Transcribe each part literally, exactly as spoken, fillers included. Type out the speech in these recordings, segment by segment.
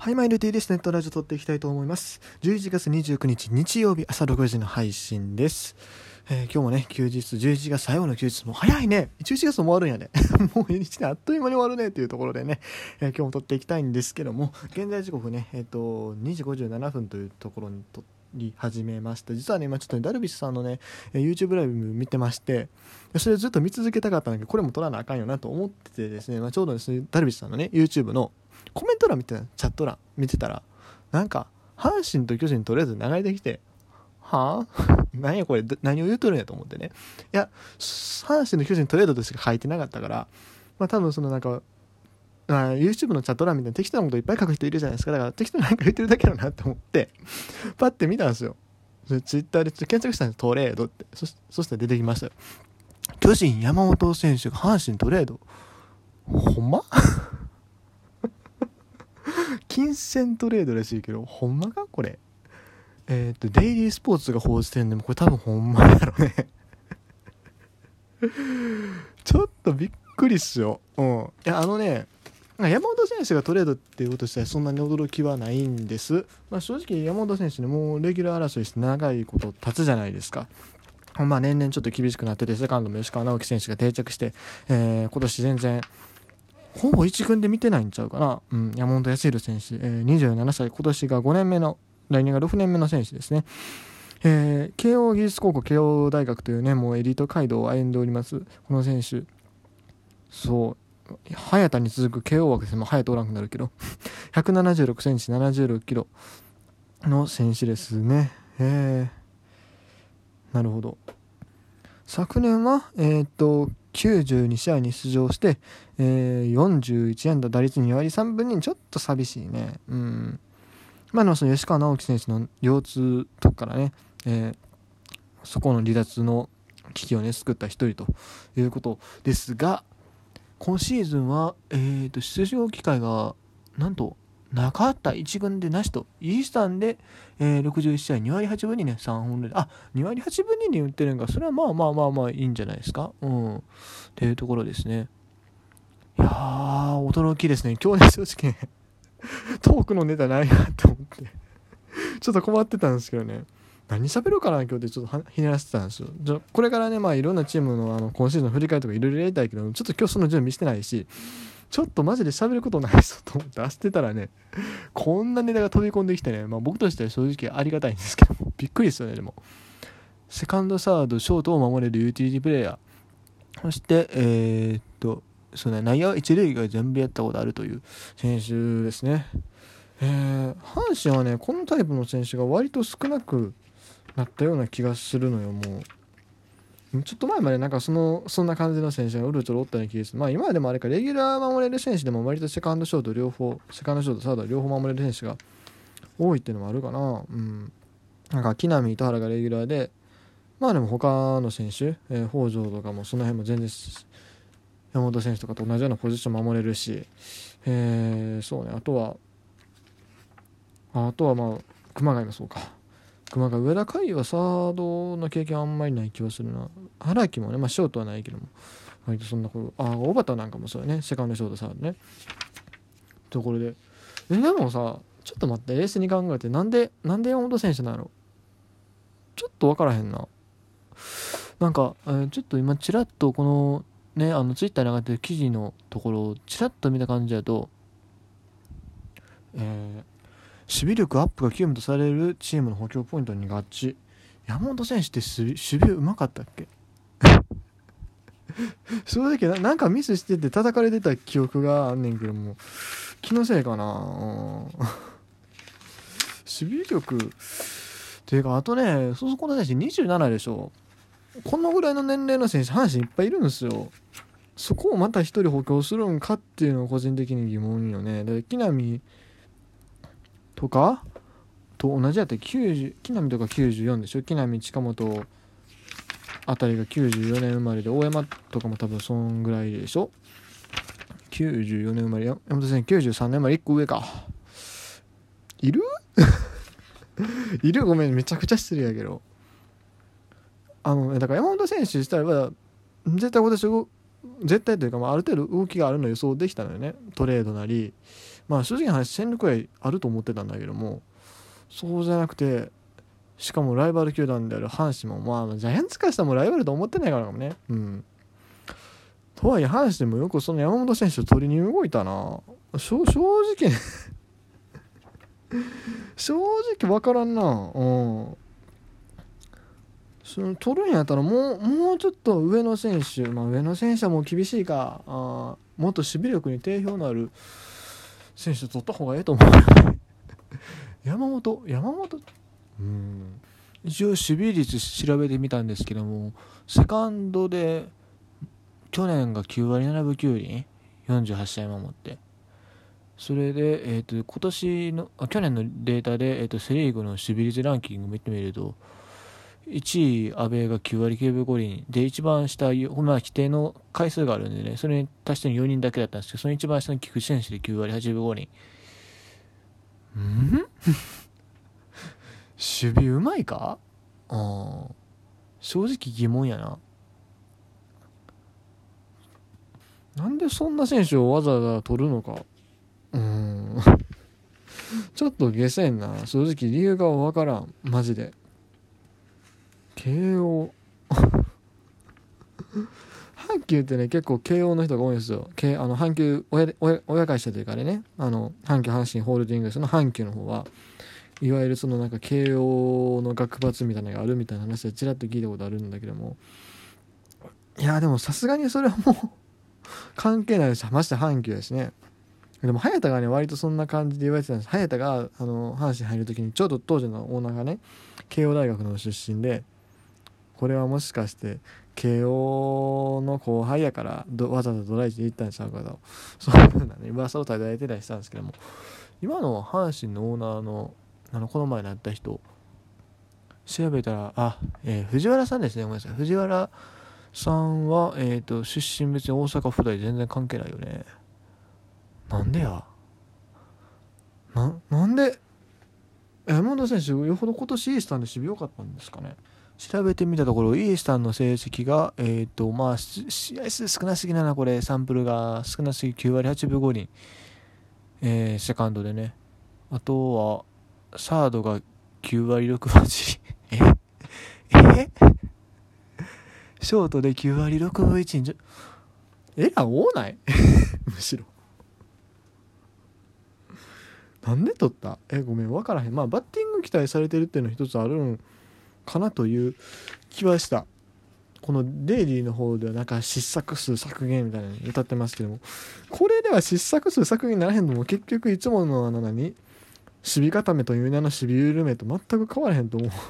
はい、マイルティーです。ネットラジオ撮っていきたいと思います。じゅういちがつにじゅうくにち日曜日朝ろくじの配信です。えー、今日もね、休日、じゅういちがつ最後の休日、もう早いね。じゅういちがつも終わるんやね。もういちねんあっという間に終わるねっていうところでね、えー、今日も撮っていきたいんですけども、現在時刻ね、えっと、にじごじゅうななふんというところに撮り始めました。実はね、今ちょっと、ね、ダルビッシュさんのね、YouTube ライブ見てまして、それをずっと見続けたかったんだけど、これも撮らなあかんよなと思っててですね、まあ、ちょうどですね、ダルビッシュさんのね、YouTube のコメント欄見てた、チャット欄見てたら、なんか阪神と巨人とりあえず流れてきて、はぁ何やこれ、何を言うとるんやと思ってね。いや、阪神の巨人トレードとしか書いてなかったから、まあ多分そのなんか、あ YouTube のチャット欄みたいな適当なこといっぱい書く人いるじゃないですか。だから適当になんか言ってるだけだなと思って、パッて見たんですよ。ツイッターで検索したんです、トレードって。そし、そして出てきましたよ。巨人山本選手が阪神トレード。ほんま金銭トレードらしいけど、ほんまかこれ。えっと、デイリースポーツが報じてんでも、これ多分ほんまやろね。ちょっとびっくりっすよ。うん。いや、あのね、山本選手がトレードっていうことしたらそんなに驚きはないんです。まあ、正直山本選手ね、もうレギュラー争いして長いこと経つじゃないですか。まあ年々ちょっと厳しくなってて、セカンドも吉川直樹選手が定着して、えー、今年全然、ほぼ一軍で見てないんちゃうかな。うん、山本康弘選手、えー、にじゅうななさい、今年がごねんめの、来年がろくねんめの選手ですね。えー、慶応義塾高校、慶応大学というね、もうエリート街道を歩んでおります。この選手、そう、早田に続く慶応枠ですね。もう早田おらんくなるけど、ひゃくななじゅうろくセンチ、ななじゅうろっキロの選手ですね。えー、なるほど。昨年は、えー、っと、きゅうじゅうにしあいに出場して、えー、よんじゅういちあんだ、打率にわりさんぶにちょっと寂しいね。うん。まあでもその吉川直樹選手の腰痛とかからね、えー、そこの離脱の危機をね、救った一人ということですが、今シーズンは、えー、と出場機会がなんとなかった、一軍でなしと、イースタンで、えー、ろくじゅういちしあいにわりはちぶにね、さんほんで、あ、にわりはちぶにに打ってるんか、それはまあまあまあまあいいんじゃないですか。うん。っていうところですね。いやー、驚きですね。今日ね、正直ね、トークのネタないなと思って、ちょっと困ってたんですけどね。何喋ろうかな今日でちょっとひねらせてたんですよ。じゃこれからね、まあいろんなチームのあの今シーズンの振り返りとかいろいろやりたいけど、ちょっと今日その準備してないし、ちょっとマジで喋ることないぞと思って出してたらね、こんなネタが飛び込んできてね、まあ僕としては正直ありがたいんですけども、びっくりですよね。でもセカンドサードショートを守れるユーティリティプレイヤー、そしてえー、っとそうね、内野一塁が全部やったことあるという選手ですね。えー、阪神はね、このタイプの選手が割と少なくなったような気がするのよ。もうちょっと前までなんかそのそんな感じの選手がうるちょろおったような気がする。まあ今はでもあれか、レギュラー守れる選手でも割とセカンドショート両方、セカンドショートサード両方守れる選手が多いっていうのもあるかな。うん。なんか木浪糸原がレギュラーで、まあでも他の選手、えー、北条とかもその辺も全然山本選手とかと同じようなポジション守れるし、えー、そうね、あとはあとはまあ熊谷もそうか。熊谷、上田海はサードの経験あんまりない気がするな。荒木もね、まあショートはないけども、割とそんなこと、あ、小畑なんかもそうよね、セカンドショートサードね。ところで、え、でもさ、ちょっと待って、冷静に考えて、なんで、なんで山本選手なの？ちょっとわからへんな。なんか、えー、ちょっと今、ちらっとこの、ね、あの、ツイッターに上がってる記事のところを、ちらっと見た感じだと、えー、守備力アップが急務とされるチームの補強ポイントに合致。山本選手って守備うまかったっけ？正直 な, なんかミスしてて叩かれてた記憶があんねんけども、気のせいかな。守備力っていうか、あとね、そうそう、この選手にじゅうななでしょ。このぐらいの年齢の選手阪神いっぱいいるんですよ。そこをまた一人補強するんかっていうのは個人的に疑問よね。だから木浪とかと同じやったらきゅうじゅう、木浪とかきゅうじゅうよんでしょ。木浪近本あたりがきゅうじゅうよねん生まれで、大山とかも多分そんぐらいでしょ。きゅうじゅうよねん生まれ、山本選手きゅうじゅうさんねん生まれ、いっこ上か。いるいる、ごめん、めちゃくちゃ失礼やけど、あのだから山本選手自体は絶対今年絶対というか、まあ、ある程度動きがあるの予想できたのよね。トレードなり、 まあ正直な話戦力外あると思ってたんだけども、そうじゃなくて、しかもライバル球団である阪神も、まあジャイアンツからしたらもうライバルと思ってないからかもね。うんとはいえ阪神もよくその山本選手を取りに動いたな。正正直ね正直分からんな。うんその取るんやったらもうもうちょっと上の選手、まあ、上の選手はもう厳しいか、あもっと守備力に定評のある選手取った方がいいと思う山本山本うん一応守備率調べてみたんですけども、セカンドで去年がきゅうわりななぶきゅうりんよんじゅうはち試合守って、それで、えー、と今年のあ去年のデータで、えー、とセ・リーグの守備率ランキング見てみると、いちい阿部がきゅうわりきゅうぶごりんで、一番下、まあ、規定の回数があるんでね、それに足してよにんだけだったんですけど、その一番下の菊池選手できゅうわりはちぶごりん。ん守備うまいか、あ正直疑問やな。なんでそんな選手をわざわざ取るのか、うーんちょっと下せんな。正直理由がわからんマジで。慶応阪急ってね結構慶応の人が多いんですよ。慶あの阪急 親, 親, 親会社というかね、あの阪急阪神ホールディングスの阪急の方はいわゆるそのなんか慶応の学閥みたいなのがあるみたいな話でちらっと聞いたことあるんだけども、いやでもさすがにそれはもう関係ないです。まして阪急ですね。でも早田がね割とそんな感じで言われてたんです。早田があの阪神入る時にちょうど当時のオーナーがね慶応大学の出身で、これはもしかして慶応の後輩やからどわざわざドライチで行ったんちゃうかと、そういうふうなね噂を叩いてたりしたんですけども、今の阪神のオーナーのあのこの前になった人調べたら、あ、えー、藤原さんですね。ごめんなさい。藤原さんは、えーと、出身別に大阪府大全然関係ないよね。なんでやな、なんで山本選手よほど今年イースタンで守備良かったんですかね。調べてみたところイースタンの成績がえっ、ー、とまあ試合数少なすぎなな、これサンプルが少なすぎきゅうわりはちぶごりん、えー、セカンドでね、あとはサードがきゅうわりろくぶはちええショートできゅうわりろくぶいちん、エラー多ないむしろなんで取った、えごめん分からへん。まあバッティング期待されてるっていうのは一つあるんかなという気はした。このデイリーの方ではなんか失策数削減みたいなの歌ってますけども、これでは失策数削減にならへんのも結局いつものあの何守備固めという名の守備緩めと全く変わらへんと思う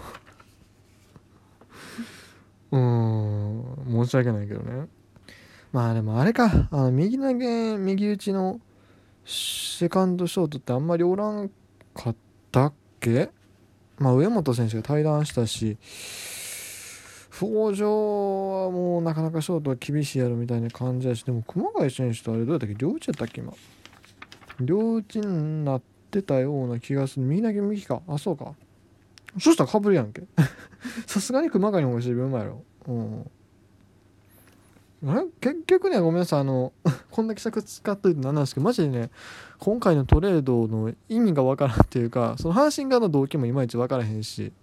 うーん申し訳ないけどね。まあでもあれか、あの右投げ右打ちのセカンドショートってあんまりおらんかったっけ。まあ上本選手が退団したし、北条はもうなかなかショートは厳しいやろみたいな感じだし、でも熊谷選手とあれどうやったっけ、両打ちやったっけ、今両打ちになってたような気がする。右投げ右か、あそうか、そしたらかぶるやんけさすがに熊谷の方が守備うまいやろ。うん結局ね、ごめんなさい、あのこんだけ尺使っといてなんなんですけど、マジでね今回のトレードの意味がわからんっていうか、その阪神側の動機もいまいちわからへんし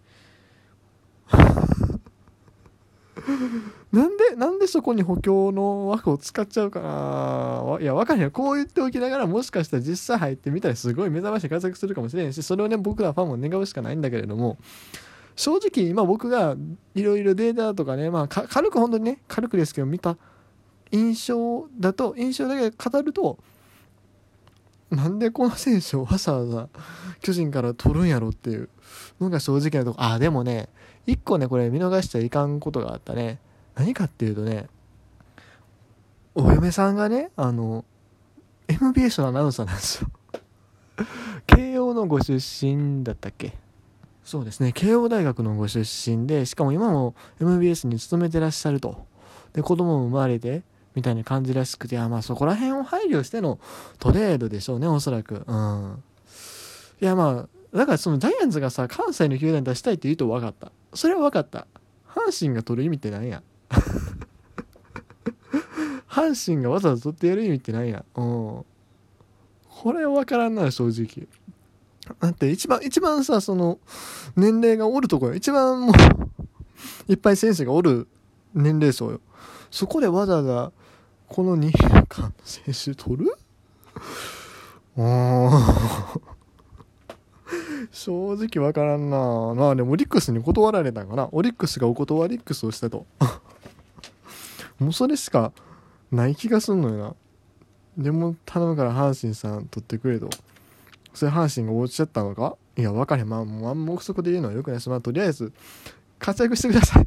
なんでなんでそこに補強の枠を使っちゃうかな。いや分かんないよ、こう言っておきながらもしかしたら実際入ってみたらすごい目覚ましい活躍するかもしれんし、それをね僕らファンも願うしかないんだけれども、正直今僕がいろいろデータとかね、まあ軽く本当にね軽くですけど見た印象だと、印象だけ語ると、なんでこの選手をわざわざ巨人から取るんやろっていうのが正直なとこ。あでもね一個ねこれ見逃しちゃいかんことがあったね。何かっていうとね、お嫁さんがねあの エムビーエス のアナウンサーなんですよ慶応のご出身だったっけ。そうですね、慶応大学のご出身で、しかも今も エムビーエス に勤めてらっしゃると。で子供も生まれてみたいな感じらしくて、あまあそこら辺を配慮してのトレードでしょうね、おそらく。うんいやまあだからそのジャイアンツがさ関西の球団に出したいって言うと分かった、それは分かった。阪神が取る意味って何や阪神がわざわざ取ってやる意味って何や。うんここれ分からんな正直。だって一番一番さ、その年齢がおるところ、一番もういっぱい選手がおる年齢層よ。そこでわざわざこのにねんかんの選手取る？うーん正直わからんな。まあでもオリックスに断られたんかな。オリックスがお断りックスをしたともうそれしかない気がすんのよな。でも頼むから阪神さん取ってくれと。それ阪神が落ちちゃったのか。いや分かれへん。まあもう目測で言うのはよくないです。まあとりあえず活躍してください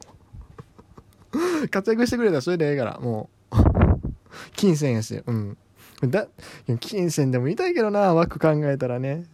活躍してくれたらそれでええから。もう金銭やし、うんだ金銭でも痛いけどな、枠考えたらね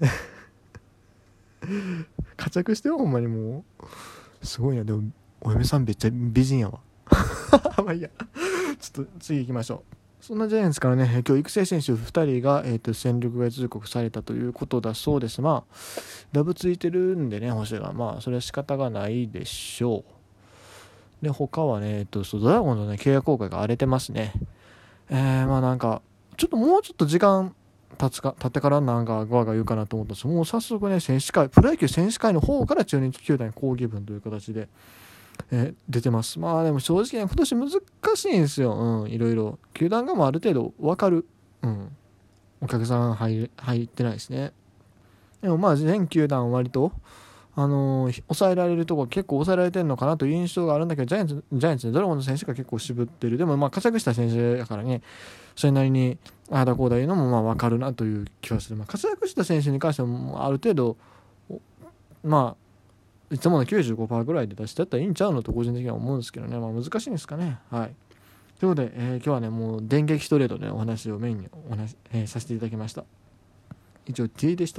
活躍してよほんまに。もうすごいな。でもお嫁さんめっちゃ美人やわまあいいや、ちょっと次行きましょう。そんなジャイアンツからね、今日育成選手ふたりが、えー、と戦力外通告されたということだそうです。まあダブついてるんでね、星が、まあそれは仕方がないでしょう。で他はね、えー、とそうドラゴンのね契約更改が荒れてますね。えー、まあなんかちょっともうちょっと時間経つか経ってからなんかゴアが言うかなと思ったんです。もう早速ね、選手会、プロ野球選手会の方から中日球団に抗議文という形で、えー、出てます。まあでも正直ね、今年難しいんですよ。うん、いろいろ球団がもうある程度分かる、うん、お客さん入入ってないですね。でもまあ全球団割とあのー、抑えられるところ結構抑えられてるのかなという印象があるんだけど、ジャイアンツジャイアンツでドラゴンの選手が結構渋ってる。でもまあ活躍した選手だからね、それなりにああだこうだいうのもまあ分かるなという気はする。まあ、活躍した選手に関してもある程度まあいつもの きゅうじゅうごパーセント ぐらいで出してやったらいいんちゃうのと個人的には思うんですけどね。まあ難しいんですかね。はい。ということで、えー、今日はねもう電撃トレードでお話をメインにお話、えー、させていただきました。以上 T でした。